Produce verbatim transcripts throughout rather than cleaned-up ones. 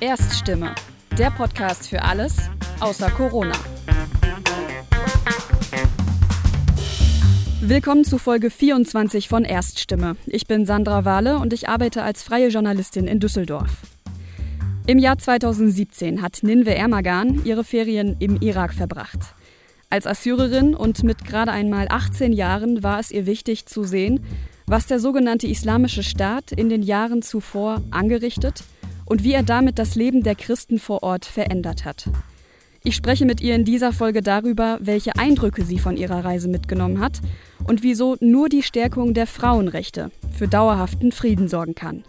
Erststimme, der Podcast für alles außer Corona. Willkommen zu Folge vierundzwanzig von Erststimme. Ich bin Sandra Wahle und ich arbeite als freie Journalistin in Düsseldorf. Im Jahr zweitausendsiebzehn hat Ninve Ermagan ihre Ferien im Irak verbracht. Als Assyrerin und mit gerade einmal achtzehn Jahren war es ihr wichtig zu sehen, was der sogenannte Islamische Staat in den Jahren zuvor angerichtet und wie er damit das Leben der Christen vor Ort verändert hat. Ich spreche mit ihr in dieser Folge darüber, welche Eindrücke sie von ihrer Reise mitgenommen hat und wieso nur die Stärkung der Frauenrechte für dauerhaften Frieden sorgen kann.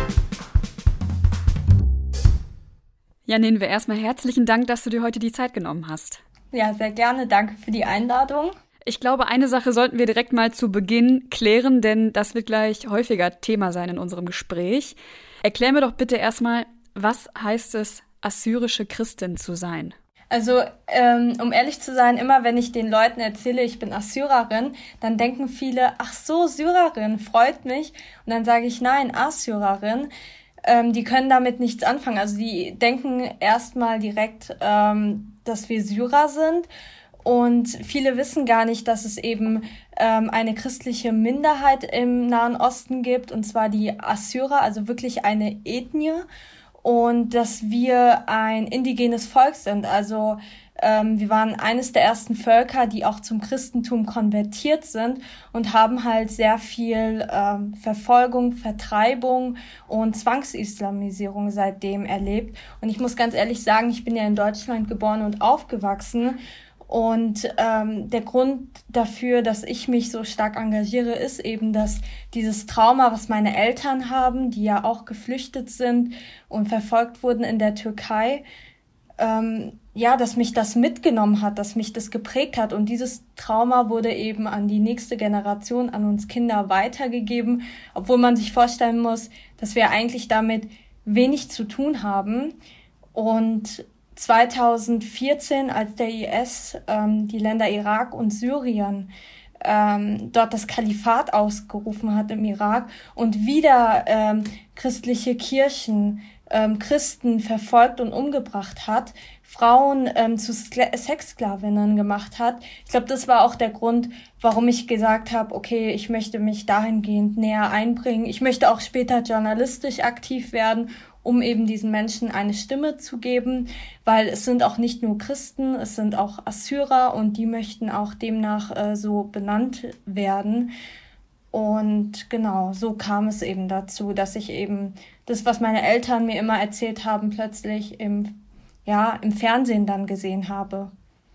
Ja, Ninve, erstmal herzlichen Dank, dass du dir heute die Zeit genommen hast. Ja, sehr gerne. Danke für die Einladung. Ich glaube, eine Sache sollten wir direkt mal zu Beginn klären, denn das wird gleich häufiger Thema sein in unserem Gespräch. Erklär mir doch bitte erstmal, was heißt es, assyrische Christin zu sein? Also, ähm, um ehrlich zu sein, immer wenn ich den Leuten erzähle, ich bin Assyrerin, dann denken viele, ach so, Syrerin, freut mich. Und dann sage ich, nein, Assyrerin. Ähm, die können damit nichts anfangen. Also die denken erstmal direkt, ähm, dass wir Syrer sind. Und viele wissen gar nicht, dass es eben ähm, eine christliche Minderheit im Nahen Osten gibt, und zwar die Assyrer, also wirklich eine Ethnie. Und dass wir ein indigenes Volk sind. Also ähm, wir waren eines der ersten Völker, die auch zum Christentum konvertiert sind und haben halt sehr viel ähm, Verfolgung, Vertreibung und Zwangsislamisierung seitdem erlebt. Und ich muss ganz ehrlich sagen, ich bin ja in Deutschland geboren und aufgewachsen. Und ähm, der Grund dafür, dass ich mich so stark engagiere, ist eben, dass dieses Trauma, was meine Eltern haben, die ja auch geflüchtet sind und verfolgt wurden in der Türkei, ähm, ja, dass mich das mitgenommen hat, dass mich das geprägt hat. Und dieses Trauma wurde eben an die nächste Generation, an uns Kinder weitergegeben, obwohl man sich vorstellen muss, dass wir eigentlich damit wenig zu tun haben. Und zweitausendvierzehn, als der I S ähm, die Länder Irak und Syrien ähm, dort das Kalifat ausgerufen hat im Irak und wieder ähm, christliche Kirchen, ähm, Christen verfolgt und umgebracht hat, Frauen ähm, zu Skla- Sexsklavinnen gemacht hat. Ich glaube, das war auch der Grund, warum ich gesagt habe, okay, ich möchte mich dahingehend näher einbringen. Ich möchte auch später journalistisch aktiv werden, um eben diesen Menschen eine Stimme zu geben, weil es sind auch nicht nur Christen, es sind auch Assyrer und die möchten auch demnach äh, so benannt werden. Und genau, so kam es eben dazu, dass ich eben das, was meine Eltern mir immer erzählt haben, plötzlich im, ja, im Fernsehen dann gesehen habe.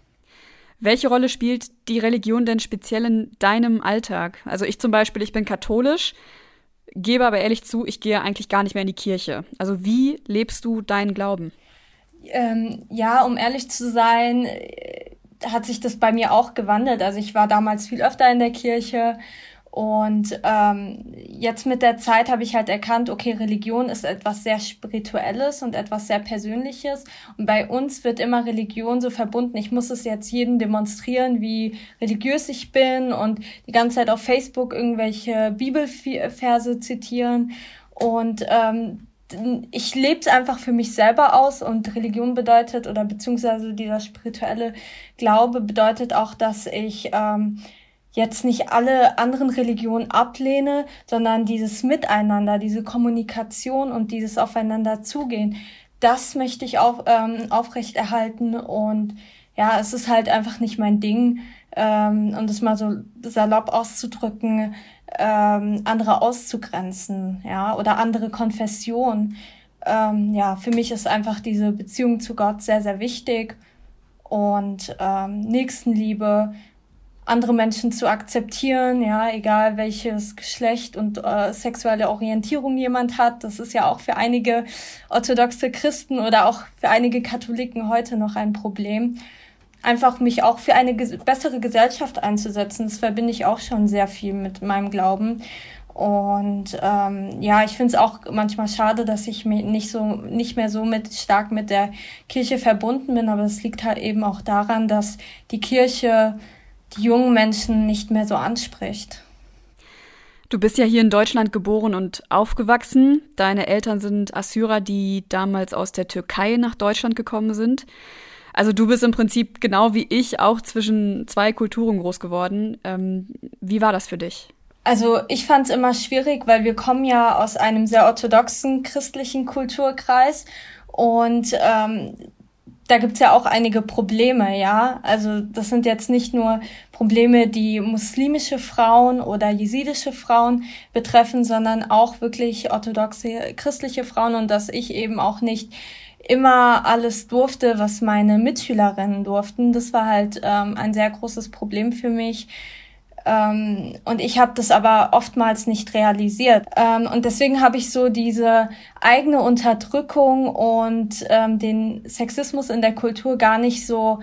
Welche Rolle spielt die Religion denn speziell in deinem Alltag? Also ich zum Beispiel, ich bin katholisch, gebe aber ehrlich zu, ich gehe eigentlich gar nicht mehr in die Kirche. Also wie lebst du deinen Glauben? Ähm, ja, um ehrlich zu sein, hat sich das bei mir auch gewandelt. Also ich war damals viel öfter in der Kirche und ähm, jetzt mit der Zeit habe ich halt erkannt, okay, Religion ist etwas sehr Spirituelles und etwas sehr Persönliches. Und bei uns wird immer Religion so verbunden. Ich muss es jetzt jedem demonstrieren, wie religiös ich bin und die ganze Zeit auf Facebook irgendwelche Bibelverse zitieren. Und ähm, ich lebe es einfach für mich selber aus und Religion bedeutet oder beziehungsweise dieser spirituelle Glaube bedeutet auch, dass ich ähm, jetzt nicht alle anderen Religionen ablehne, sondern dieses Miteinander, diese Kommunikation und dieses Aufeinander zugehen, das möchte ich auch ähm, aufrechterhalten. Und ja, es ist halt einfach nicht mein Ding, ähm, um das mal so salopp auszudrücken, ähm, andere auszugrenzen, ja, oder andere Konfessionen. Ähm, ja, für mich ist einfach diese Beziehung zu Gott sehr, sehr wichtig und ähm, Nächstenliebe, andere Menschen zu akzeptieren, ja, egal welches Geschlecht und äh, sexuelle Orientierung jemand hat. Das ist ja auch für einige orthodoxe Christen oder auch für einige Katholiken heute noch ein Problem. Einfach mich auch für eine ges- bessere Gesellschaft einzusetzen, das verbinde ich auch schon sehr viel mit meinem Glauben. Und ähm, ja, ich finde es auch manchmal schade, dass ich mich nicht so nicht mehr so mit stark mit der Kirche verbunden bin, aber es liegt halt eben auch daran, dass die Kirche die jungen Menschen nicht mehr so anspricht. Du bist ja hier in Deutschland geboren und aufgewachsen. Deine Eltern sind Assyrer, die damals aus der Türkei nach Deutschland gekommen sind. Also du bist im Prinzip genau wie ich auch zwischen zwei Kulturen groß geworden. Ähm, wie war das für dich? Also ich fand es immer schwierig, weil wir kommen ja aus einem sehr orthodoxen christlichen Kulturkreis und ähm, da gibt's ja auch einige Probleme, ja. Also das sind jetzt nicht nur Probleme, die muslimische Frauen oder jesidische Frauen betreffen, sondern auch wirklich orthodoxe christliche Frauen und dass ich eben auch nicht immer alles durfte, was meine Mitschülerinnen durften. Das war halt ähm, ein sehr großes Problem für mich. Ähm, und ich habe das aber oftmals nicht realisiert. Ähm, und deswegen habe ich so diese eigene Unterdrückung und ähm, den Sexismus in der Kultur gar nicht so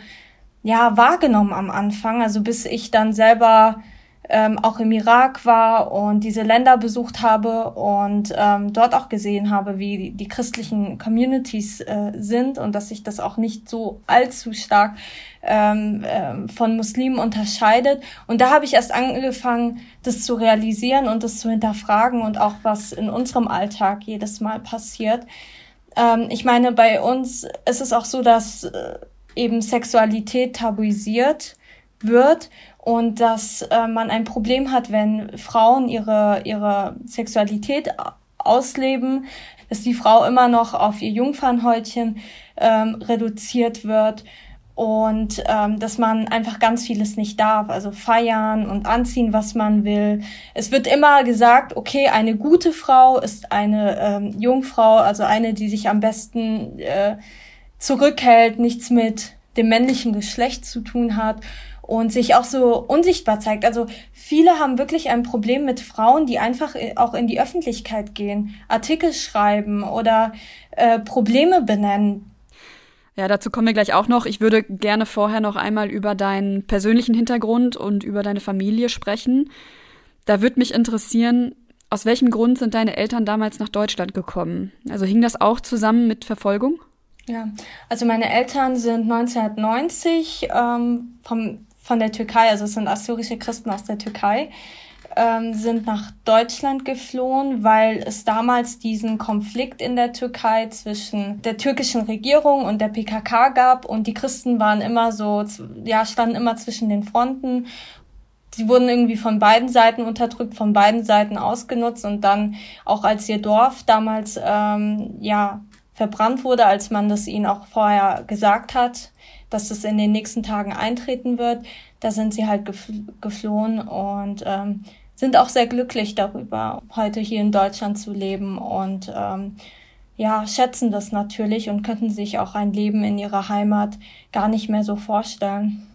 ja wahrgenommen am Anfang. Also bis ich dann selber ähm, auch im Irak war und diese Länder besucht habe und ähm, dort auch gesehen habe, wie die, die christlichen Communities äh, sind und dass sich das auch nicht so allzu stark ähm, ähm, von Muslimen unterscheidet. Und da habe ich erst angefangen, das zu realisieren und das zu hinterfragen und auch was in unserem Alltag jedes Mal passiert. Ähm, ich meine, bei uns ist es auch so, dass äh, eben Sexualität tabuisiert wird und dass äh, man ein Problem hat, wenn Frauen ihre ihre Sexualität ausleben, dass die Frau immer noch auf ihr Jungfernhäutchen ähm, reduziert wird und ähm, dass man einfach ganz vieles nicht darf, also feiern und anziehen, was man will. Es wird immer gesagt, okay, eine gute Frau ist eine ähm, Jungfrau, also eine, die sich am besten äh, zurückhält, nichts mit dem männlichen Geschlecht zu tun hat und sich auch so unsichtbar zeigt. Also viele haben wirklich ein Problem mit Frauen, die einfach auch in die Öffentlichkeit gehen, Artikel schreiben oder äh, Probleme benennen. Ja, dazu kommen wir gleich auch noch. Ich würde gerne vorher noch einmal über deinen persönlichen Hintergrund und über deine Familie sprechen. Da würde mich interessieren, aus welchem Grund sind deine Eltern damals nach Deutschland gekommen? Also hing das auch zusammen mit Verfolgung? Ja, also meine Eltern sind neunzehnhundertneunzig ähm, vom, von der Türkei, also es sind assyrische Christen aus der Türkei, ähm, sind nach Deutschland geflohen, weil es damals diesen Konflikt in der Türkei zwischen der türkischen Regierung und der P K K gab und die Christen waren immer so, ja, standen immer zwischen den Fronten. Sie wurden irgendwie von beiden Seiten unterdrückt, von beiden Seiten ausgenutzt und dann auch als ihr Dorf damals, ähm, ja, verbrannt wurde, als man das ihnen auch vorher gesagt hat, dass es in den nächsten Tagen eintreten wird. Da sind sie halt gefl- geflohen und ähm, sind auch sehr glücklich darüber, heute hier in Deutschland zu leben und ähm, ja, schätzen das natürlich und könnten sich auch ein Leben in ihrer Heimat gar nicht mehr so vorstellen.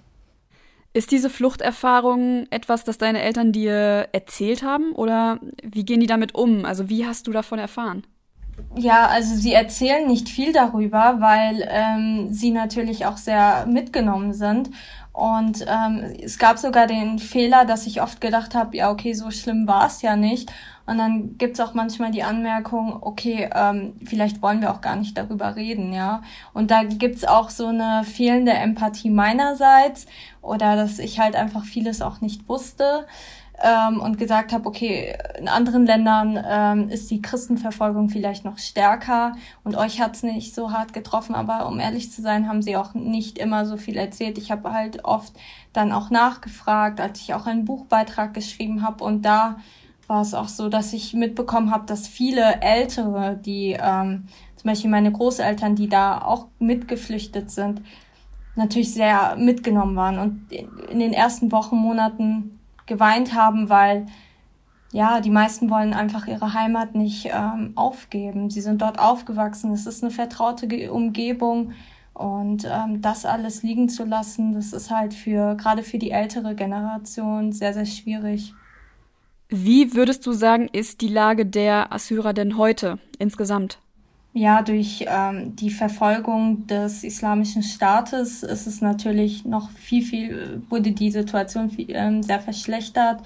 Ist diese Fluchterfahrung etwas, das deine Eltern dir erzählt haben oder wie gehen die damit um? Also wie hast du davon erfahren? Ja, also sie erzählen nicht viel darüber, weil ähm, sie natürlich auch sehr mitgenommen sind. Und ähm, es gab sogar den Fehler, dass ich oft gedacht habe, ja, okay, so schlimm war es ja nicht. Und dann gibt's auch manchmal die Anmerkung, okay, ähm, vielleicht wollen wir auch gar nicht darüber reden, ja. Und da gibt's auch so eine fehlende Empathie meinerseits oder dass ich halt einfach vieles auch nicht wusste. Ähm, und gesagt habe, okay, in anderen Ländern ähm, ist die Christenverfolgung vielleicht noch stärker und euch hat's nicht so hart getroffen, aber um ehrlich zu sein, haben sie auch nicht immer so viel erzählt. Ich habe halt oft dann auch nachgefragt, als ich auch einen Buchbeitrag geschrieben habe und da war es auch so, dass ich mitbekommen habe, dass viele Ältere, die ähm, zum Beispiel meine Großeltern, die da auch mitgeflüchtet sind, natürlich sehr mitgenommen waren und in den ersten Wochen, Monaten geweint haben, weil ja, die meisten wollen einfach ihre Heimat nicht ähm, aufgeben. Sie sind dort aufgewachsen, es ist eine vertraute Ge- Umgebung und ähm, das alles liegen zu lassen, das ist halt für gerade für die ältere Generation sehr, sehr schwierig. Wie würdest du sagen, ist die Lage der Assyrer denn heute insgesamt? Ja, durch ähm, die Verfolgung des Islamischen Staates ist es natürlich noch viel, viel, wurde die Situation viel, ähm, sehr verschlechtert.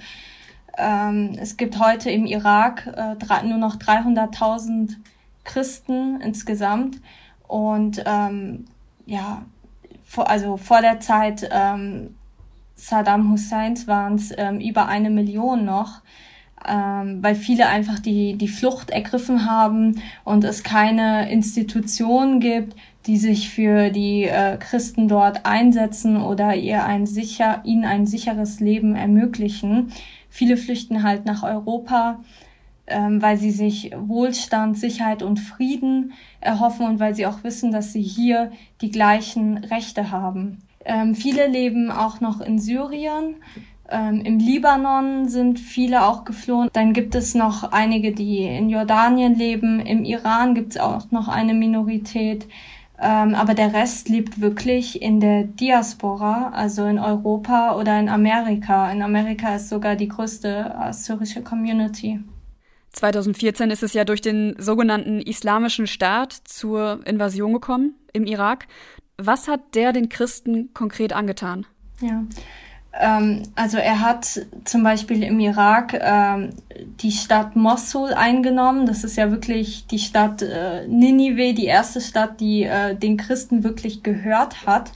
Ähm, es gibt heute im Irak äh, drei, nur noch dreihunderttausend Christen insgesamt und ähm, ja, vor, also vor der Zeit ähm, Saddam Husseins waren es ähm, über eine Million noch. ähm, weil viele einfach die, die Flucht ergriffen haben und es keine Institution gibt, die sich für die äh, Christen dort einsetzen oder ihr ein sicher, ihnen ein sicheres Leben ermöglichen. Viele flüchten halt nach Europa, ähm, weil sie sich Wohlstand, Sicherheit und Frieden erhoffen und weil sie auch wissen, dass sie hier die gleichen Rechte haben. Ähm, viele leben auch noch in Syrien. Ähm, Im Libanon sind viele auch geflohen. Dann gibt es noch einige, die in Jordanien leben. Im Iran gibt es auch noch eine Minorität. Ähm, aber der Rest lebt wirklich in der Diaspora, also in Europa oder in Amerika. In Amerika ist sogar die größte assyrische Community. zweitausendvierzehn ist es ja durch den sogenannten Islamischen Staat zur Invasion gekommen im Irak. Was hat der den Christen konkret angetan? Ja, ähm, also er hat zum Beispiel im Irak ähm, die Stadt Mossul eingenommen. Das ist ja wirklich die Stadt äh, Ninive, die erste Stadt, die äh, den Christen wirklich gehört hat.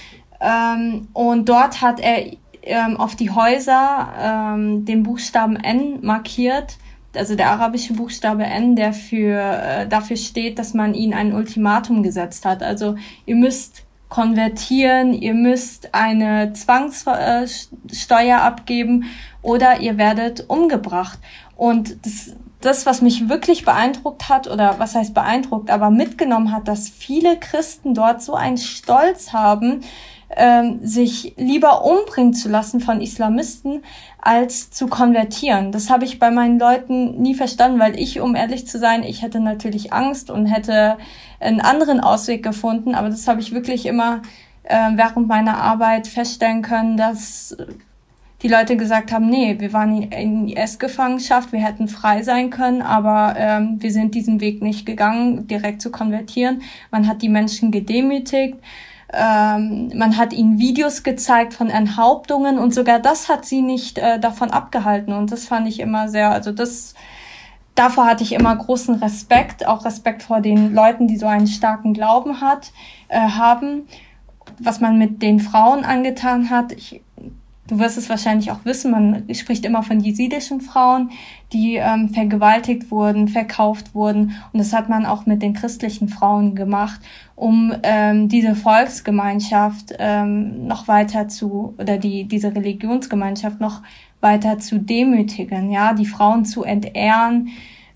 Ähm, und dort hat er ähm, auf die Häuser ähm, den Buchstaben N markiert. Also der arabische Buchstabe N, der für, äh, dafür steht, dass man ihnen ein Ultimatum gesetzt hat. Also ihr müsst konvertieren, ihr müsst eine Zwangssteuer abgeben oder ihr werdet umgebracht. Und das, das, was mich wirklich beeindruckt hat, oder was heißt beeindruckt, aber mitgenommen hat, dass viele Christen dort so einen Stolz haben, ähm, sich lieber umbringen zu lassen von Islamisten, als zu konvertieren. Das habe ich bei meinen Leuten nie verstanden, weil ich, um ehrlich zu sein, ich hätte natürlich Angst und hätte einen anderen Ausweg gefunden, aber das habe ich wirklich immer äh, während meiner Arbeit feststellen können, dass die Leute gesagt haben, nee, wir waren in I S-Gefangenschaft, wir hätten frei sein können, aber ähm, wir sind diesen Weg nicht gegangen, direkt zu konvertieren. Man hat die Menschen gedemütigt. Ähm, man hat ihnen Videos gezeigt von Enthauptungen und sogar das hat sie nicht äh, davon abgehalten und das fand ich immer sehr, also das, davor hatte ich immer großen Respekt, auch Respekt vor den Leuten, die so einen starken Glauben hat, äh, haben, was man mit den Frauen angetan hat. Ich, du wirst es wahrscheinlich auch wissen, man spricht immer von jesidischen Frauen, die ähm, vergewaltigt wurden, verkauft wurden. Und das hat man auch mit den christlichen Frauen gemacht, um ähm, diese Volksgemeinschaft ähm, noch weiter zu, oder die diese Religionsgemeinschaft noch weiter zu demütigen, ja, die Frauen zu entehren.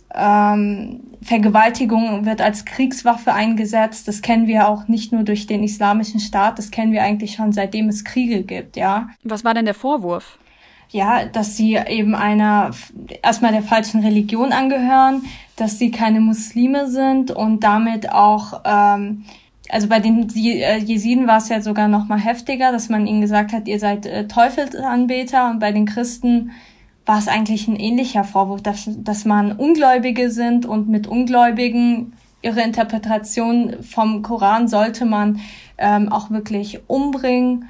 Ähm, Vergewaltigung wird als Kriegswaffe eingesetzt. Das kennen wir auch nicht nur durch den Islamischen Staat, das kennen wir eigentlich schon seitdem es Kriege gibt, ja. Was war denn der Vorwurf? Ja, dass sie eben einer, erstmal der falschen Religion angehören, dass sie keine Muslime sind und damit auch, ähm, also bei den Jesiden war es ja sogar noch mal heftiger, dass man ihnen gesagt hat, ihr seid äh, Teufelsanbeter, und bei den Christen war es eigentlich ein ähnlicher Vorwurf, dass, dass man Ungläubige sind und mit Ungläubigen ihre Interpretation vom Koran sollte man ähm, auch wirklich umbringen,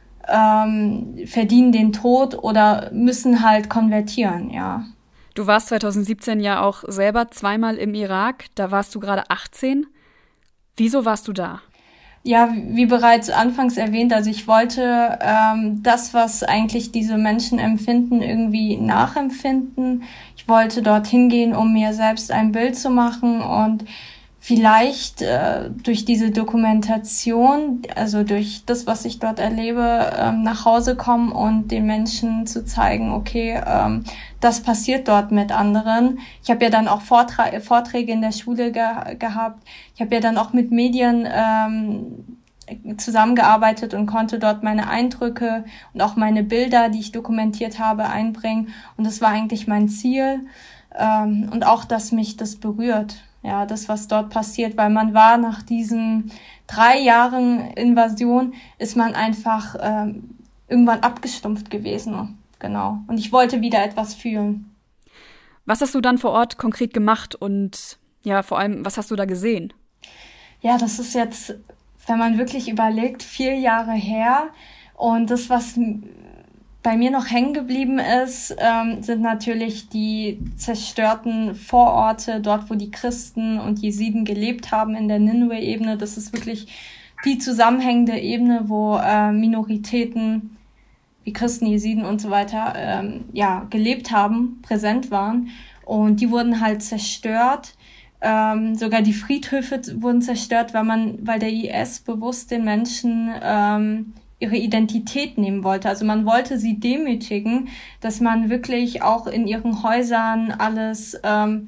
ähm, verdienen den Tod oder müssen halt konvertieren, ja. Du warst zweitausendsiebzehn ja auch selber zweimal im Irak, da warst du gerade achtzehn. Wieso warst du da? Ja, wie bereits anfangs erwähnt, also ich wollte ähm, das, was eigentlich diese Menschen empfinden, irgendwie nachempfinden. Ich wollte dorthin gehen, um mir selbst ein Bild zu machen und vielleicht äh, durch diese Dokumentation, also durch das, was ich dort erlebe, ähm, nach Hause kommen und den Menschen zu zeigen, okay, ähm, das passiert dort mit anderen. Ich habe ja dann auch Vortra- Vorträge in der Schule ge- gehabt. Ich habe ja dann auch mit Medien ähm, zusammengearbeitet und konnte dort meine Eindrücke und auch meine Bilder, die ich dokumentiert habe, einbringen. Und das war eigentlich mein Ziel. Ähm, und auch, dass mich das berührt. Ja, das, was dort passiert, weil man war nach diesen drei Jahren Invasion, ist man einfach ähm, irgendwann abgestumpft gewesen. Genau. Und ich wollte wieder etwas fühlen. Was hast du dann vor Ort konkret gemacht und ja, vor allem, was hast du da gesehen? Ja, das ist jetzt, wenn man wirklich überlegt, vier Jahre her. Und das, was bei mir noch hängen geblieben ist, ähm, sind natürlich die zerstörten Vororte, dort wo die Christen und Jesiden gelebt haben in der Nineveh-Ebene. Das ist wirklich die zusammenhängende Ebene, wo äh, Minoritäten wie Christen, Jesiden und so weiter, ähm, ja, gelebt haben, präsent waren. Und die wurden halt zerstört. Ähm, sogar die Friedhöfe wurden zerstört, weil man, weil der I S bewusst den Menschen ähm, ihre Identität nehmen wollte. Also man wollte sie demütigen, dass man wirklich auch in ihren Häusern alles, ähm,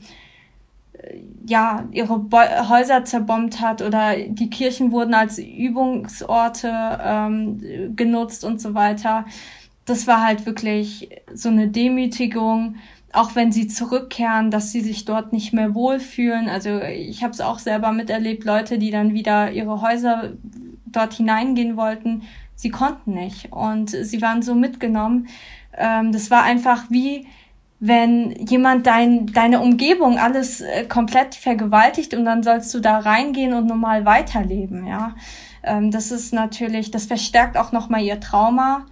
ja, ihre Bo- Häuser zerbombt hat oder die Kirchen wurden als Übungsorte ähm, genutzt und so weiter. Das war halt wirklich so eine Demütigung, auch wenn sie zurückkehren, dass sie sich dort nicht mehr wohlfühlen. Also ich habe es auch selber miterlebt, Leute, die dann wieder ihre Häuser dort hineingehen wollten, sie konnten nicht und sie waren so mitgenommen. Ähm, das war einfach wie, wenn jemand dein, deine Umgebung alles äh, komplett vergewaltigt und dann sollst du da reingehen und normal weiterleben, ja. Ähm, das ist natürlich, das verstärkt auch nochmal ihr Trauma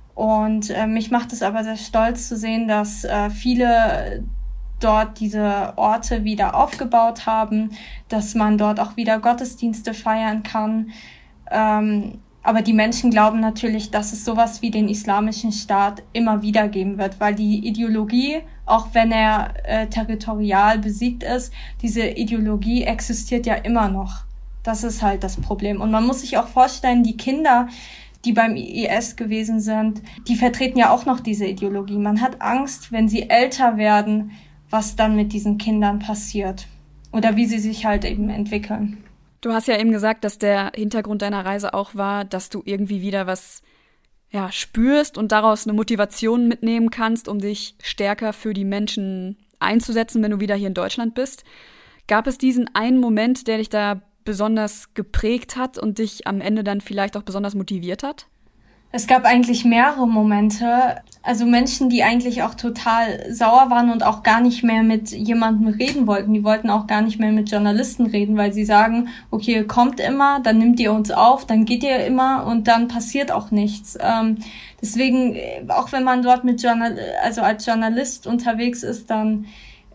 und äh, mich macht es aber sehr stolz zu sehen, dass äh, viele dort diese Orte wieder aufgebaut haben, dass man dort auch wieder Gottesdienste feiern kann. Ähm, Aber die Menschen glauben natürlich, dass es sowas wie den islamischen Staat immer wieder geben wird, weil die Ideologie, auch wenn er äh, territorial besiegt ist, diese Ideologie existiert ja immer noch. Das ist halt das Problem. Und man muss sich auch vorstellen, die Kinder, die beim I S gewesen sind, die vertreten ja auch noch diese Ideologie. Man hat Angst, wenn sie älter werden, was dann mit diesen Kindern passiert oder wie sie sich halt eben entwickeln. Du hast ja eben gesagt, dass der Hintergrund deiner Reise auch war, dass du irgendwie wieder was ja, spürst und daraus eine Motivation mitnehmen kannst, um dich stärker für die Menschen einzusetzen, wenn du wieder hier in Deutschland bist. Gab es diesen einen Moment, der dich da besonders geprägt hat und dich am Ende dann vielleicht auch besonders motiviert hat? Es gab eigentlich mehrere Momente, also Menschen, die eigentlich auch total sauer waren und auch gar nicht mehr mit jemandem reden wollten. Die wollten auch gar nicht mehr mit Journalisten reden, weil sie sagen, okay, ihr kommt immer, dann nimmt ihr uns auf, dann geht ihr immer und dann passiert auch nichts. Ähm, deswegen, auch wenn man dort mit Journal- also als Journalist unterwegs ist, dann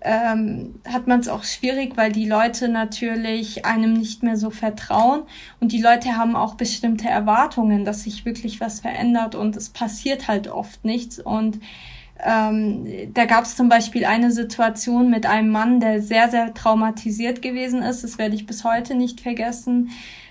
ähm, hat man es auch schwierig, weil die Leute natürlich einem nicht mehr so vertrauen und die Leute haben auch bestimmte Erwartungen, dass sich wirklich was verändert und es passiert halt oft nichts. Und ähm, da gab es zum Beispiel eine Situation mit einem Mann, der sehr, sehr traumatisiert gewesen ist, das werde ich bis heute nicht vergessen.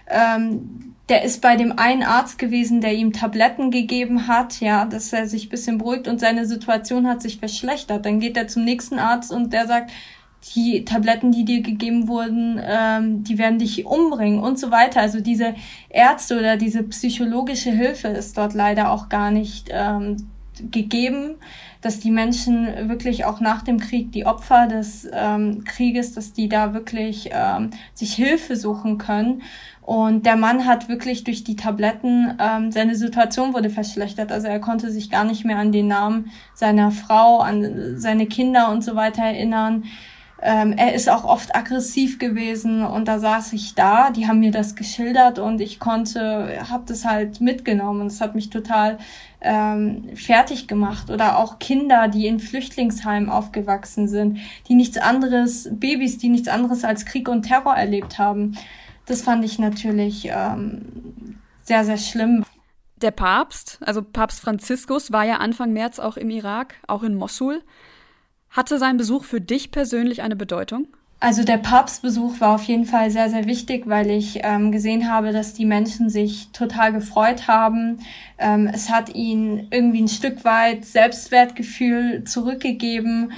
Ähm, der ist bei dem einen Arzt gewesen, der ihm Tabletten gegeben hat, ja, dass er sich ein bisschen beruhigt und seine Situation hat sich verschlechtert. Dann geht er zum nächsten Arzt und der sagt, die Tabletten, die dir gegeben wurden, ähm, die werden dich umbringen und so weiter. Also diese Ärzte oder diese psychologische Hilfe ist dort leider auch gar nicht ähm, gegeben, dass die Menschen wirklich auch nach dem Krieg, die Opfer des ähm, Krieges, dass die da wirklich ähm, sich Hilfe suchen können. Und der Mann hat wirklich durch die Tabletten, ähm, seine Situation wurde verschlechtert. Also er konnte sich gar nicht mehr an den Namen seiner Frau, an seine Kinder und so weiter erinnern. Ähm, er ist auch oft aggressiv gewesen und da saß ich da, die haben mir das geschildert und ich konnte, habe das halt mitgenommen und es hat mich total ähm, fertig gemacht. Oder auch Kinder, die in Flüchtlingsheimen aufgewachsen sind, die nichts anderes, Babys, die nichts anderes als Krieg und Terror erlebt haben. Das fand ich natürlich ähm, sehr, sehr schlimm. Der Papst, also Papst Franziskus, war ja Anfang März auch im Irak, auch in Mossul. Hatte sein Besuch für dich persönlich eine Bedeutung? Also der Papstbesuch war auf jeden Fall sehr, sehr wichtig, weil ich ähm, gesehen habe, dass die Menschen sich total gefreut haben. Ähm, es hat ihnen irgendwie ein Stück weit Selbstwertgefühl zurückgegeben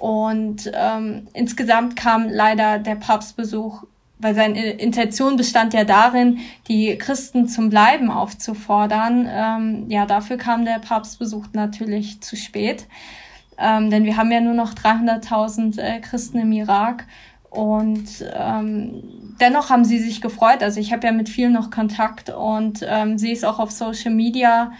und ähm, insgesamt kam leider der Papstbesuch, weil seine Intention bestand ja darin, die Christen zum Bleiben aufzufordern. Ähm, ja, dafür kam der Papstbesuch natürlich zu spät. Ähm, denn wir haben ja nur noch dreihunderttausend äh, Christen im Irak und ähm, dennoch haben sie sich gefreut. Also ich habe ja mit vielen noch Kontakt und ähm, sehe es auch auf Social Media.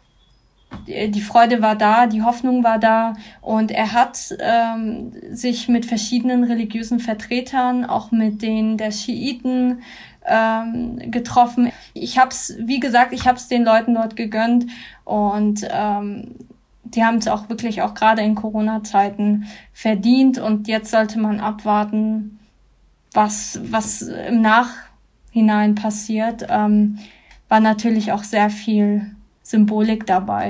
Die, die Freude war da, die Hoffnung war da und er hat ähm, sich mit verschiedenen religiösen Vertretern, auch mit denen der Schiiten ähm, getroffen. Ich habe es, wie gesagt, ich habe es den Leuten dort gegönnt und ähm, die haben es auch wirklich auch gerade in Corona-Zeiten verdient und jetzt sollte man abwarten, was was im Nachhinein passiert. Ähm, war natürlich auch sehr viel Symbolik dabei.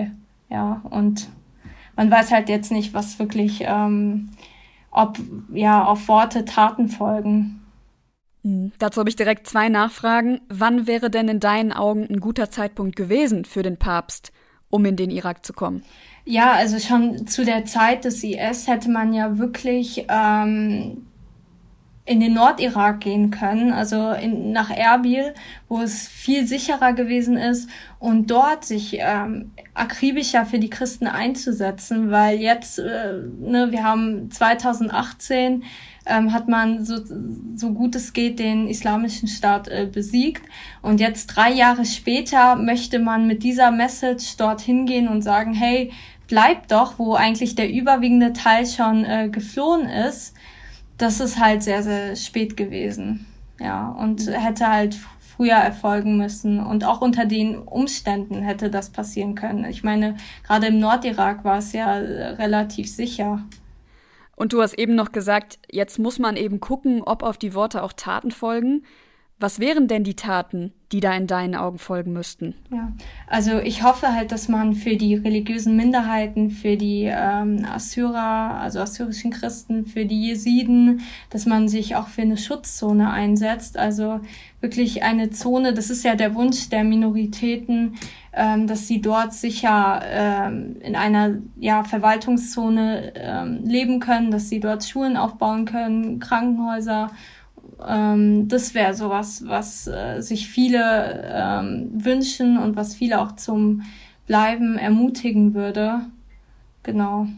Ja, und man weiß halt jetzt nicht, was wirklich, ähm, ob ja auf Worte Taten folgen. Mhm. Dazu habe ich direkt zwei Nachfragen. Wann wäre denn in deinen Augen ein guter Zeitpunkt gewesen für den Papst, um in den Irak zu kommen? Ja, also schon zu der Zeit des I S hätte man ja wirklich ähm, in den Nordirak gehen können, also in, nach Erbil, wo es viel sicherer gewesen ist und dort sich ähm, akribischer für die Christen einzusetzen, weil jetzt, äh, ne, wir haben zwanzig achtzehn, ähm, hat man so, so gut es geht den Islamischen Staat äh, besiegt und jetzt drei Jahre später möchte man mit dieser Message dorthin gehen und sagen, hey, bleibt doch, wo eigentlich der überwiegende Teil schon äh, geflohen ist. Das ist halt sehr, sehr spät gewesen, ja, und hätte halt früher erfolgen müssen und auch unter den Umständen hätte das passieren können. Ich meine, gerade im Nordirak war es ja relativ sicher. Und du hast eben noch gesagt, jetzt muss man eben gucken, ob auf die Worte auch Taten folgen. Was wären denn die Taten, die da in deinen Augen folgen müssten? Ja, also ich hoffe halt, dass man für die religiösen Minderheiten, für die ähm, Assyrer, also assyrischen Christen, für die Jesiden, dass man sich auch für eine Schutzzone einsetzt. Also wirklich eine Zone, das ist ja der Wunsch der Minoritäten, ähm, dass sie dort sicher ähm, in einer ja, Verwaltungszone ähm, leben können, dass sie dort Schulen aufbauen können, Krankenhäuser. Ähm, das wäre sowas, was äh, sich viele ähm, wünschen und was viele auch zum Bleiben ermutigen würde. Genau.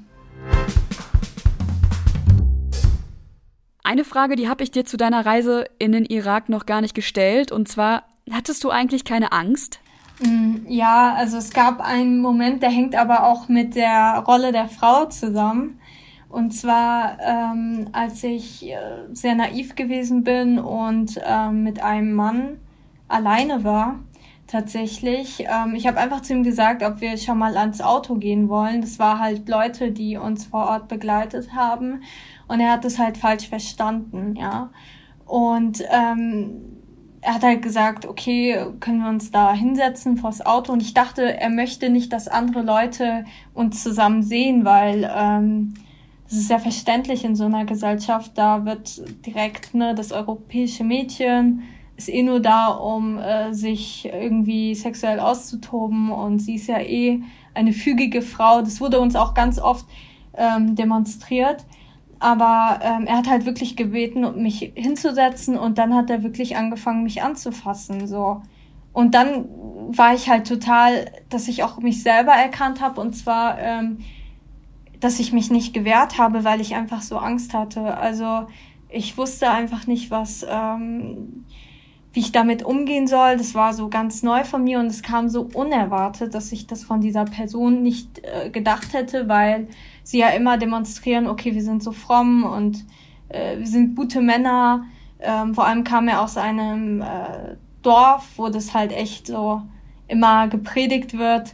Eine Frage, die habe ich dir zu deiner Reise in den Irak noch gar nicht gestellt. Und zwar, hattest du eigentlich keine Angst? Ja, also es gab einen Moment, der hängt aber auch mit der Rolle der Frau zusammen. Und zwar, ähm, als ich äh, sehr naiv gewesen bin und ähm, mit einem Mann alleine war, tatsächlich. Ähm, ich habe einfach zu ihm gesagt, ob wir schon mal ans Auto gehen wollen. Das war halt Leute, die uns vor Ort begleitet haben. Und er hat es halt falsch verstanden, ja. Und ähm, er hat halt gesagt, okay, können wir uns da hinsetzen vors Auto? Und ich dachte, er möchte nicht, dass andere Leute uns zusammen sehen, weil ähm, das ist ja verständlich in so einer Gesellschaft, da wird direkt, ne, das europäische Mädchen ist eh nur da, um äh, sich irgendwie sexuell auszutoben und sie ist ja eh eine fügige Frau. Das wurde uns auch ganz oft ähm, demonstriert, aber ähm, er hat halt wirklich gebeten, mich hinzusetzen und dann hat er wirklich angefangen, mich anzufassen, so. Und dann war ich halt total, dass ich auch mich selber erkannt habe und zwar ähm, dass ich mich nicht gewehrt habe, weil ich einfach so Angst hatte. Also ich wusste einfach nicht, was, ähm, wie ich damit umgehen soll. Das war so ganz neu von mir und es kam so unerwartet, dass ich das von dieser Person nicht äh, gedacht hätte, weil sie ja immer demonstrieren, okay, wir sind so fromm und äh, wir sind gute Männer. Ähm, vor allem kam er aus einem äh, Dorf, wo das halt echt so immer gepredigt wird.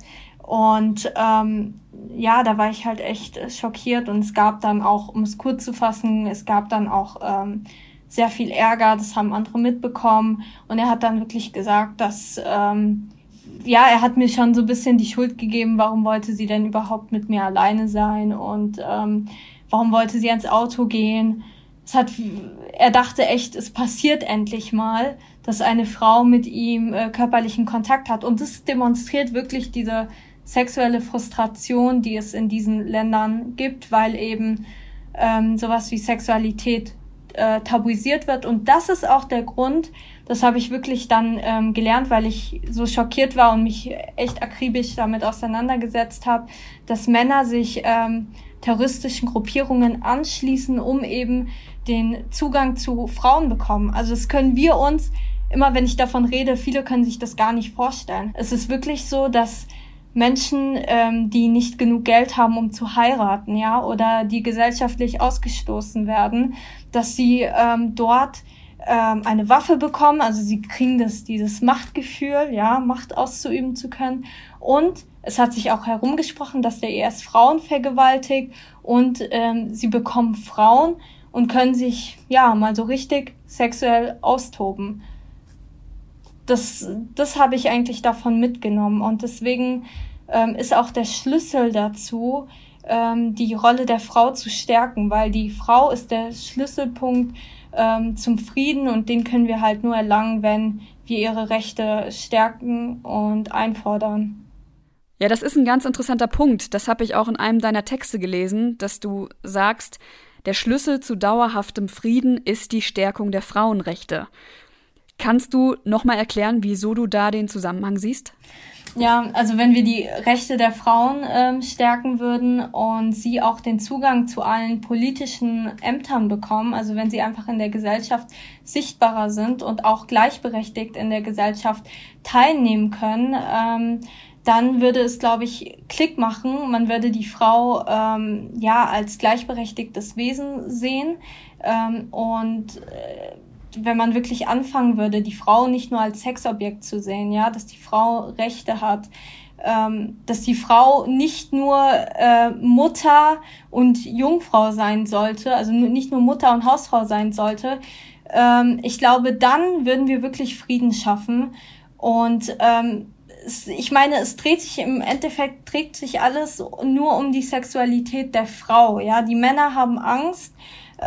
Und ähm, ja, da war ich halt echt schockiert und es gab dann auch, um es kurz zu fassen, es gab dann auch ähm, sehr viel Ärger, das haben andere mitbekommen und er hat dann wirklich gesagt, dass, ähm, ja, er hat mir schon so ein bisschen die Schuld gegeben, warum wollte sie denn überhaupt mit mir alleine sein und ähm, warum wollte sie ans Auto gehen. Es hat, er dachte echt, es passiert endlich mal, dass eine Frau mit ihm äh, körperlichen Kontakt hat und das demonstriert wirklich diese sexuelle Frustration, die es in diesen Ländern gibt, weil eben ähm, sowas wie Sexualität äh, tabuisiert wird. Und das ist auch der Grund, das habe ich wirklich dann ähm, gelernt, weil ich so schockiert war und mich echt akribisch damit auseinandergesetzt habe, dass Männer sich ähm, terroristischen Gruppierungen anschließen, um eben den Zugang zu Frauen bekommen. Also das können wir uns, immer wenn ich davon rede, viele können sich das gar nicht vorstellen. Es ist wirklich so, dass Menschen, ähm, die nicht genug Geld haben, um zu heiraten, ja, oder die gesellschaftlich ausgestoßen werden, dass sie ähm, dort ähm, eine Waffe bekommen, also sie kriegen das, dieses Machtgefühl, ja, Macht auszuüben zu können. Und es hat sich auch herumgesprochen, dass der I S Frauen vergewaltigt und ähm, sie bekommen Frauen und können sich, ja, mal so richtig sexuell austoben. Das, das habe ich eigentlich davon mitgenommen und deswegen ähm, ist auch der Schlüssel dazu, ähm, die Rolle der Frau zu stärken, weil die Frau ist der Schlüsselpunkt ähm, zum Frieden und den können wir halt nur erlangen, wenn wir ihre Rechte stärken und einfordern. Ja, das ist ein ganz interessanter Punkt. Das habe ich auch in einem deiner Texte gelesen, dass du sagst, der Schlüssel zu dauerhaftem Frieden ist die Stärkung der Frauenrechte. Kannst du nochmal erklären, wieso du da den Zusammenhang siehst? Ja, also wenn wir die Rechte der Frauen ähm, stärken würden und sie auch den Zugang zu allen politischen Ämtern bekommen, also wenn sie einfach in der Gesellschaft sichtbarer sind und auch gleichberechtigt in der Gesellschaft teilnehmen können, ähm, dann würde es, glaube ich, Klick machen. Man würde die Frau ähm, ja als gleichberechtigtes Wesen sehen ähm, und äh, wenn man wirklich anfangen würde, die Frau nicht nur als Sexobjekt zu sehen, ja, dass die Frau Rechte hat, ähm, dass die Frau nicht nur äh, Mutter und Jungfrau sein sollte, also nicht nur Mutter und Hausfrau sein sollte, ähm, ich glaube, dann würden wir wirklich Frieden schaffen. Und ähm, es, ich meine, es dreht sich im Endeffekt, dreht sich alles nur um die Sexualität der Frau, ja, die Männer haben Angst,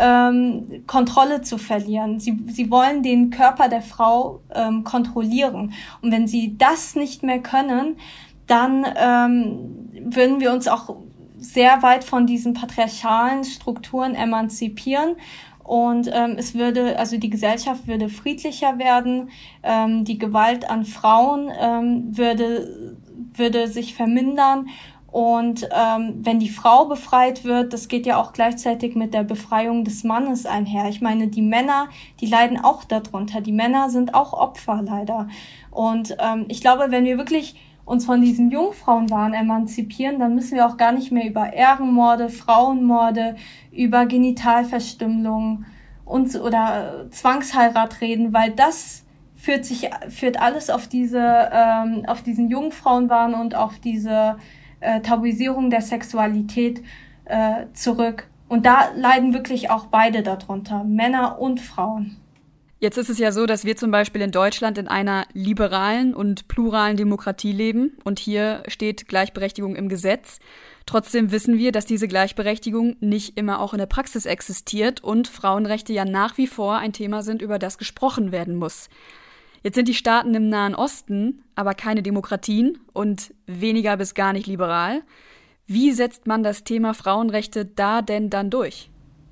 Ähm, Kontrolle zu verlieren. Sie, sie wollen den Körper der Frau ähm, kontrollieren. Und wenn sie das nicht mehr können, dann ähm, würden wir uns auch sehr weit von diesen patriarchalen Strukturen emanzipieren. Und ähm, es würde, also die Gesellschaft würde friedlicher werden, ähm, die Gewalt an Frauen ähm, würde, würde sich vermindern. Und ähm, wenn die Frau befreit wird, das geht ja auch gleichzeitig mit der Befreiung des Mannes einher. Ich meine, die Männer, die leiden auch darunter. Die Männer sind auch Opfer leider. Und ähm, ich glaube, wenn wir wirklich uns von diesem Jungfrauenwahn emanzipieren, dann müssen wir auch gar nicht mehr über Ehrenmorde, Frauenmorde, über Genitalverstümmelung und oder Zwangsheirat reden, weil das führt sich führt alles auf diese ähm, auf diesen Jungfrauenwahn und auf diese Äh, Tabuisierung der Sexualität äh, zurück. Und da leiden wirklich auch beide darunter, Männer und Frauen. Jetzt ist es ja so, dass wir zum Beispiel in Deutschland in einer liberalen und pluralen Demokratie leben und hier steht Gleichberechtigung im Gesetz. Trotzdem wissen wir, dass diese Gleichberechtigung nicht immer auch in der Praxis existiert und Frauenrechte ja nach wie vor ein Thema sind, über das gesprochen werden muss. Jetzt sind die Staaten im Nahen Osten aber keine Demokratien und weniger bis gar nicht liberal. Wie setzt man das Thema Frauenrechte da denn dann durch?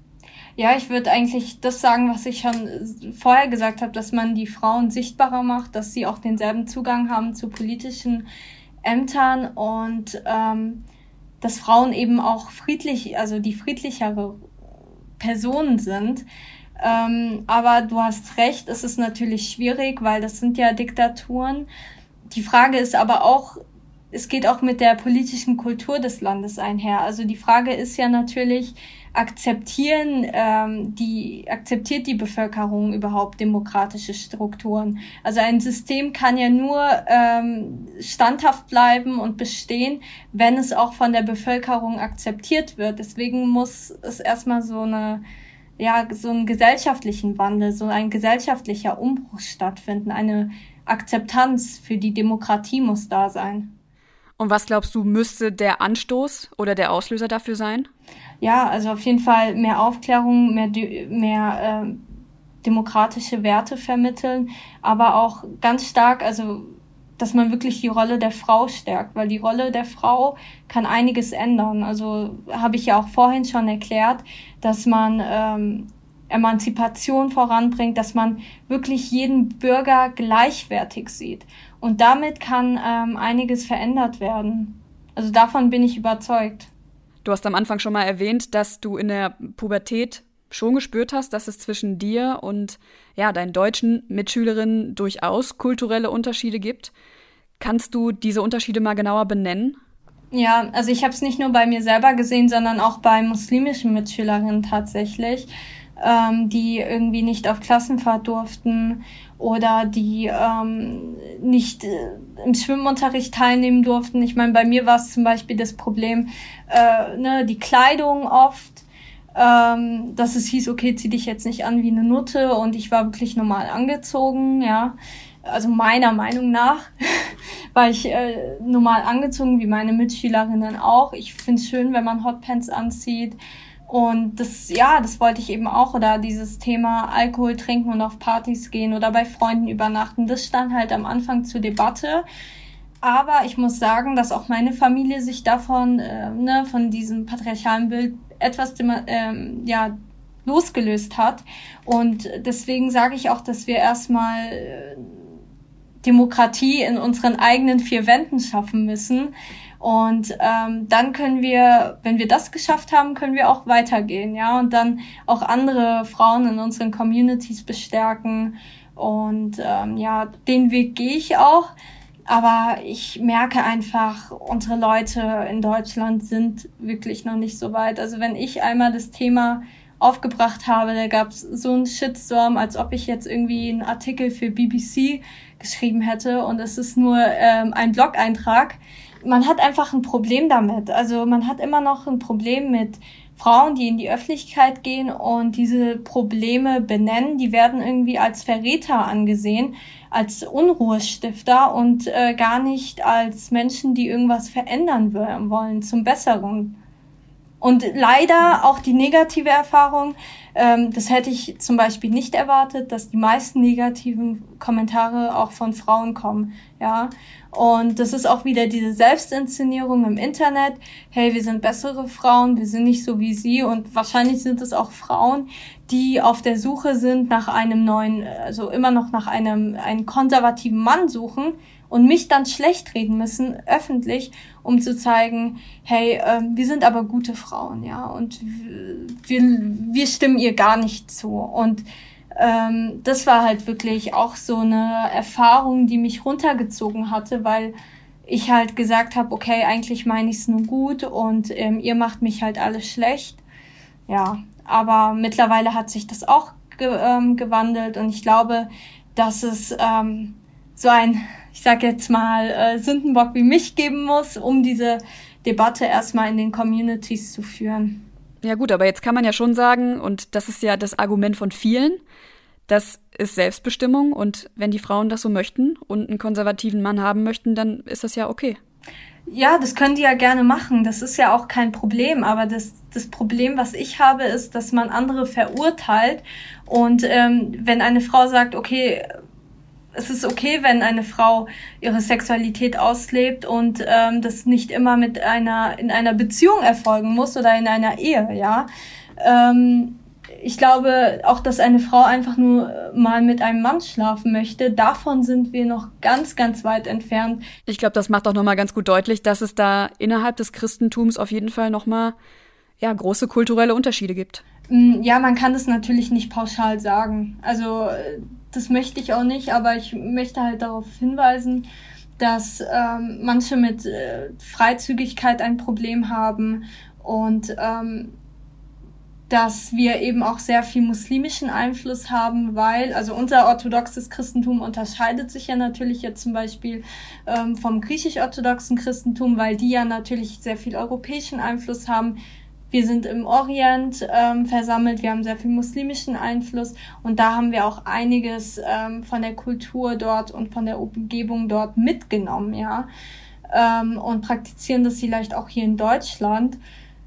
Ja, ich würde eigentlich das sagen, was ich schon vorher gesagt habe, dass man die Frauen sichtbarer macht, dass sie auch denselben Zugang haben zu politischen Ämtern und ähm, dass Frauen eben auch friedlich, also die friedlichere Personen sind. Ähm, aber du hast recht, es ist natürlich schwierig, weil das sind ja Diktaturen. Die Frage ist aber auch, es geht auch mit der politischen Kultur des Landes einher. Also die Frage ist ja natürlich, akzeptieren ähm, die akzeptiert die Bevölkerung überhaupt demokratische Strukturen? Also ein System kann ja nur ähm, standhaft bleiben und bestehen, wenn es auch von der Bevölkerung akzeptiert wird. Deswegen muss es erstmal so eine ja, so einen gesellschaftlichen Wandel, so ein gesellschaftlicher Umbruch stattfinden. Eine Akzeptanz für die Demokratie muss da sein. Und was glaubst du, müsste der Anstoß oder der Auslöser dafür sein? Ja, also auf jeden Fall mehr Aufklärung, mehr, mehr äh, demokratische Werte vermitteln, aber auch ganz stark, also dass man wirklich die Rolle der Frau stärkt, weil die Rolle der Frau kann einiges ändern. Also habe ich ja auch vorhin schon erklärt, dass man ähm, Emanzipation voranbringt, dass man wirklich jeden Bürger gleichwertig sieht. Und damit kann ähm, einiges verändert werden. Also davon bin ich überzeugt. Du hast am Anfang schon mal erwähnt, dass du in der Pubertät schon gespürt hast, dass es zwischen dir und ja, deinen deutschen Mitschülerinnen durchaus kulturelle Unterschiede gibt. Kannst du diese Unterschiede mal genauer benennen? Ja, also ich habe es nicht nur bei mir selber gesehen, sondern auch bei muslimischen Mitschülerinnen tatsächlich, ähm, die irgendwie nicht auf Klassenfahrt durften oder die ähm, nicht äh, im Schwimmunterricht teilnehmen durften. Ich meine, bei mir war es zum Beispiel das Problem, äh, ne, die Kleidung oft, ähm, dass es hieß, okay, zieh dich jetzt nicht an wie eine Nutte, und ich war wirklich normal angezogen, ja, also meiner Meinung nach, war ich äh, normal angezogen, wie meine Mitschülerinnen auch. Ich finde es schön, wenn man Hotpants anzieht. Und das, ja, das wollte ich eben auch. Oder dieses Thema Alkohol trinken und auf Partys gehen oder bei Freunden übernachten. Das stand halt am Anfang zur Debatte. Aber ich muss sagen, dass auch meine Familie sich davon, äh, ne, von diesem patriarchalen Bild etwas ähm, ja, losgelöst hat. Und deswegen sage ich auch, dass wir erstmal äh, Demokratie in unseren eigenen vier Wänden schaffen müssen. Und ähm, dann können wir, wenn wir das geschafft haben, können wir auch weitergehen, ja, und dann auch andere Frauen in unseren Communities bestärken. Und ähm, ja, den Weg gehe ich auch. Aber ich merke einfach, unsere Leute in Deutschland sind wirklich noch nicht so weit. Also wenn ich einmal das Thema aufgebracht habe, da gab es so einen Shitstorm, als ob ich jetzt irgendwie einen Artikel für B B C geschrieben hätte und es ist nur ähm, ein Blog-Eintrag. Man hat einfach ein Problem damit. Also man hat immer noch ein Problem mit Frauen, die in die Öffentlichkeit gehen und diese Probleme benennen. Die werden irgendwie als Verräter angesehen, als Unruhestifter und äh, gar nicht als Menschen, die irgendwas verändern wollen zum Besseren. Und leider auch die negative Erfahrung, ähm, das hätte ich zum Beispiel nicht erwartet, dass die meisten negativen Kommentare auch von Frauen kommen, ja. Und das ist auch wieder diese Selbstinszenierung im Internet. Hey, wir sind bessere Frauen, wir sind nicht so wie sie. Und wahrscheinlich sind es auch Frauen, die auf der Suche sind nach einem neuen, also immer noch nach einem, einem konservativen Mann suchen und mich dann schlecht reden müssen, öffentlich, um zu zeigen, hey, äh, wir sind aber gute Frauen, ja, und wir, wir stimmen ihr gar nicht zu. Und ähm, das war halt wirklich auch so eine Erfahrung, die mich runtergezogen hatte, weil ich halt gesagt habe, okay, eigentlich meine ich es nur gut und ähm, ihr macht mich halt alles schlecht. Ja, aber mittlerweile hat sich das auch ge- ähm, gewandelt und ich glaube, dass es ähm, so ein, ich sag jetzt mal, äh, Sündenbock wie mich geben muss, um diese Debatte erstmal in den Communities zu führen. Ja gut, aber jetzt kann man ja schon sagen, und das ist ja das Argument von vielen, das ist Selbstbestimmung und wenn die Frauen das so möchten und einen konservativen Mann haben möchten, dann ist das ja okay. Ja, das können die ja gerne machen, das ist ja auch kein Problem, aber das, das Problem, was ich habe, ist, dass man andere verurteilt und ähm, wenn eine Frau sagt, okay, es ist okay, wenn eine Frau ihre Sexualität auslebt und ähm, das nicht immer mit einer in einer Beziehung erfolgen muss oder in einer Ehe, ja. Ähm, ich glaube auch, dass eine Frau einfach nur mal mit einem Mann schlafen möchte. Davon sind wir noch ganz, ganz weit entfernt. Ich glaube, das macht auch nochmal ganz gut deutlich, dass es da innerhalb des Christentums auf jeden Fall nochmal ja, große kulturelle Unterschiede gibt. Ja, man kann das natürlich nicht pauschal sagen. Also das möchte ich auch nicht, aber ich möchte halt darauf hinweisen, dass ähm, manche mit äh, Freizügigkeit ein Problem haben und ähm, dass wir eben auch sehr viel muslimischen Einfluss haben, weil, also unser orthodoxes Christentum unterscheidet sich ja natürlich jetzt zum Beispiel ähm, vom griechisch-orthodoxen Christentum, weil die ja natürlich sehr viel europäischen Einfluss haben. Wir sind im Orient ähm, versammelt, wir haben sehr viel muslimischen Einfluss und da haben wir auch einiges ähm, von der Kultur dort und von der Umgebung dort mitgenommen, ja, ähm, und praktizieren das vielleicht auch hier in Deutschland.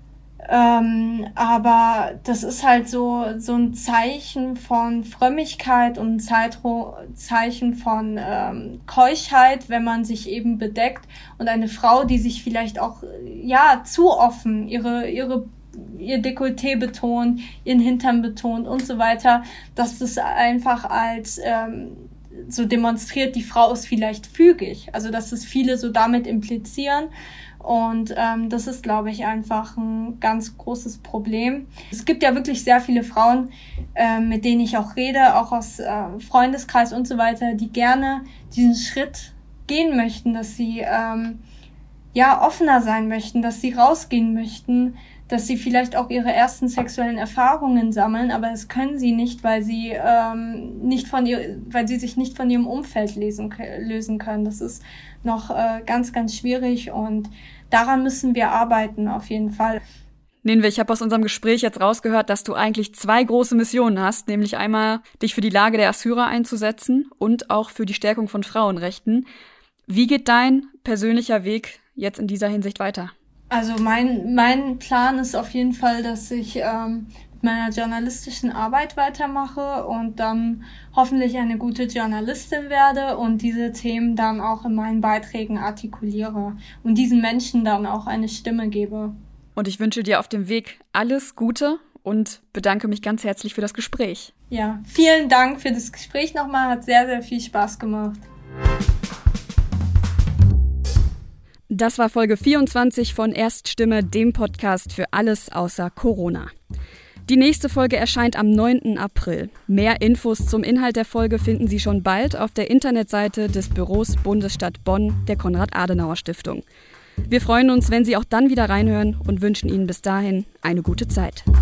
Ähm, aber das ist halt so so ein Zeichen von Frömmigkeit und ein Zeitro- Zeichen von ähm, Keuschheit, wenn man sich eben bedeckt und eine Frau, die sich vielleicht auch ja zu offen ihre ihre ihr Dekolleté betont, ihren Hintern betont und so weiter, dass das einfach als ähm, so demonstriert, die Frau ist vielleicht fügig, also dass es viele so damit implizieren. Und ähm, das ist, glaube ich, einfach ein ganz großes Problem. Es gibt ja wirklich sehr viele Frauen, äh, mit denen ich auch rede, auch aus äh, Freundeskreis und so weiter, die gerne diesen Schritt gehen möchten, dass sie ähm, ja offener sein möchten, dass sie rausgehen möchten, dass sie vielleicht auch ihre ersten sexuellen Erfahrungen sammeln, aber das können sie nicht, weil sie ähm, nicht von ihr, weil sie sich nicht von ihrem Umfeld lesen, lösen können. Das ist noch äh, ganz, ganz schwierig und daran müssen wir arbeiten auf jeden Fall. Ninve, ich habe aus unserem Gespräch jetzt rausgehört, dass du eigentlich zwei große Missionen hast, nämlich einmal dich für die Lage der Assyrer einzusetzen und auch für die Stärkung von Frauenrechten. Wie geht dein persönlicher Weg jetzt in dieser Hinsicht weiter? Also mein, mein Plan ist auf jeden Fall, dass ich ähm, mit meiner journalistischen Arbeit weitermache und dann hoffentlich eine gute Journalistin werde und diese Themen dann auch in meinen Beiträgen artikuliere und diesen Menschen dann auch eine Stimme gebe. Und ich wünsche dir auf dem Weg alles Gute und bedanke mich ganz herzlich für das Gespräch. Ja, vielen Dank für das Gespräch nochmal, hat sehr, sehr viel Spaß gemacht. Das war Folge vierundzwanzig von Erststimme, dem Podcast für alles außer Corona. Die nächste Folge erscheint am neunten April. Mehr Infos zum Inhalt der Folge finden Sie schon bald auf der Internetseite des Büros Bundesstadt Bonn der Konrad-Adenauer-Stiftung. Wir freuen uns, wenn Sie auch dann wieder reinhören und wünschen Ihnen bis dahin eine gute Zeit.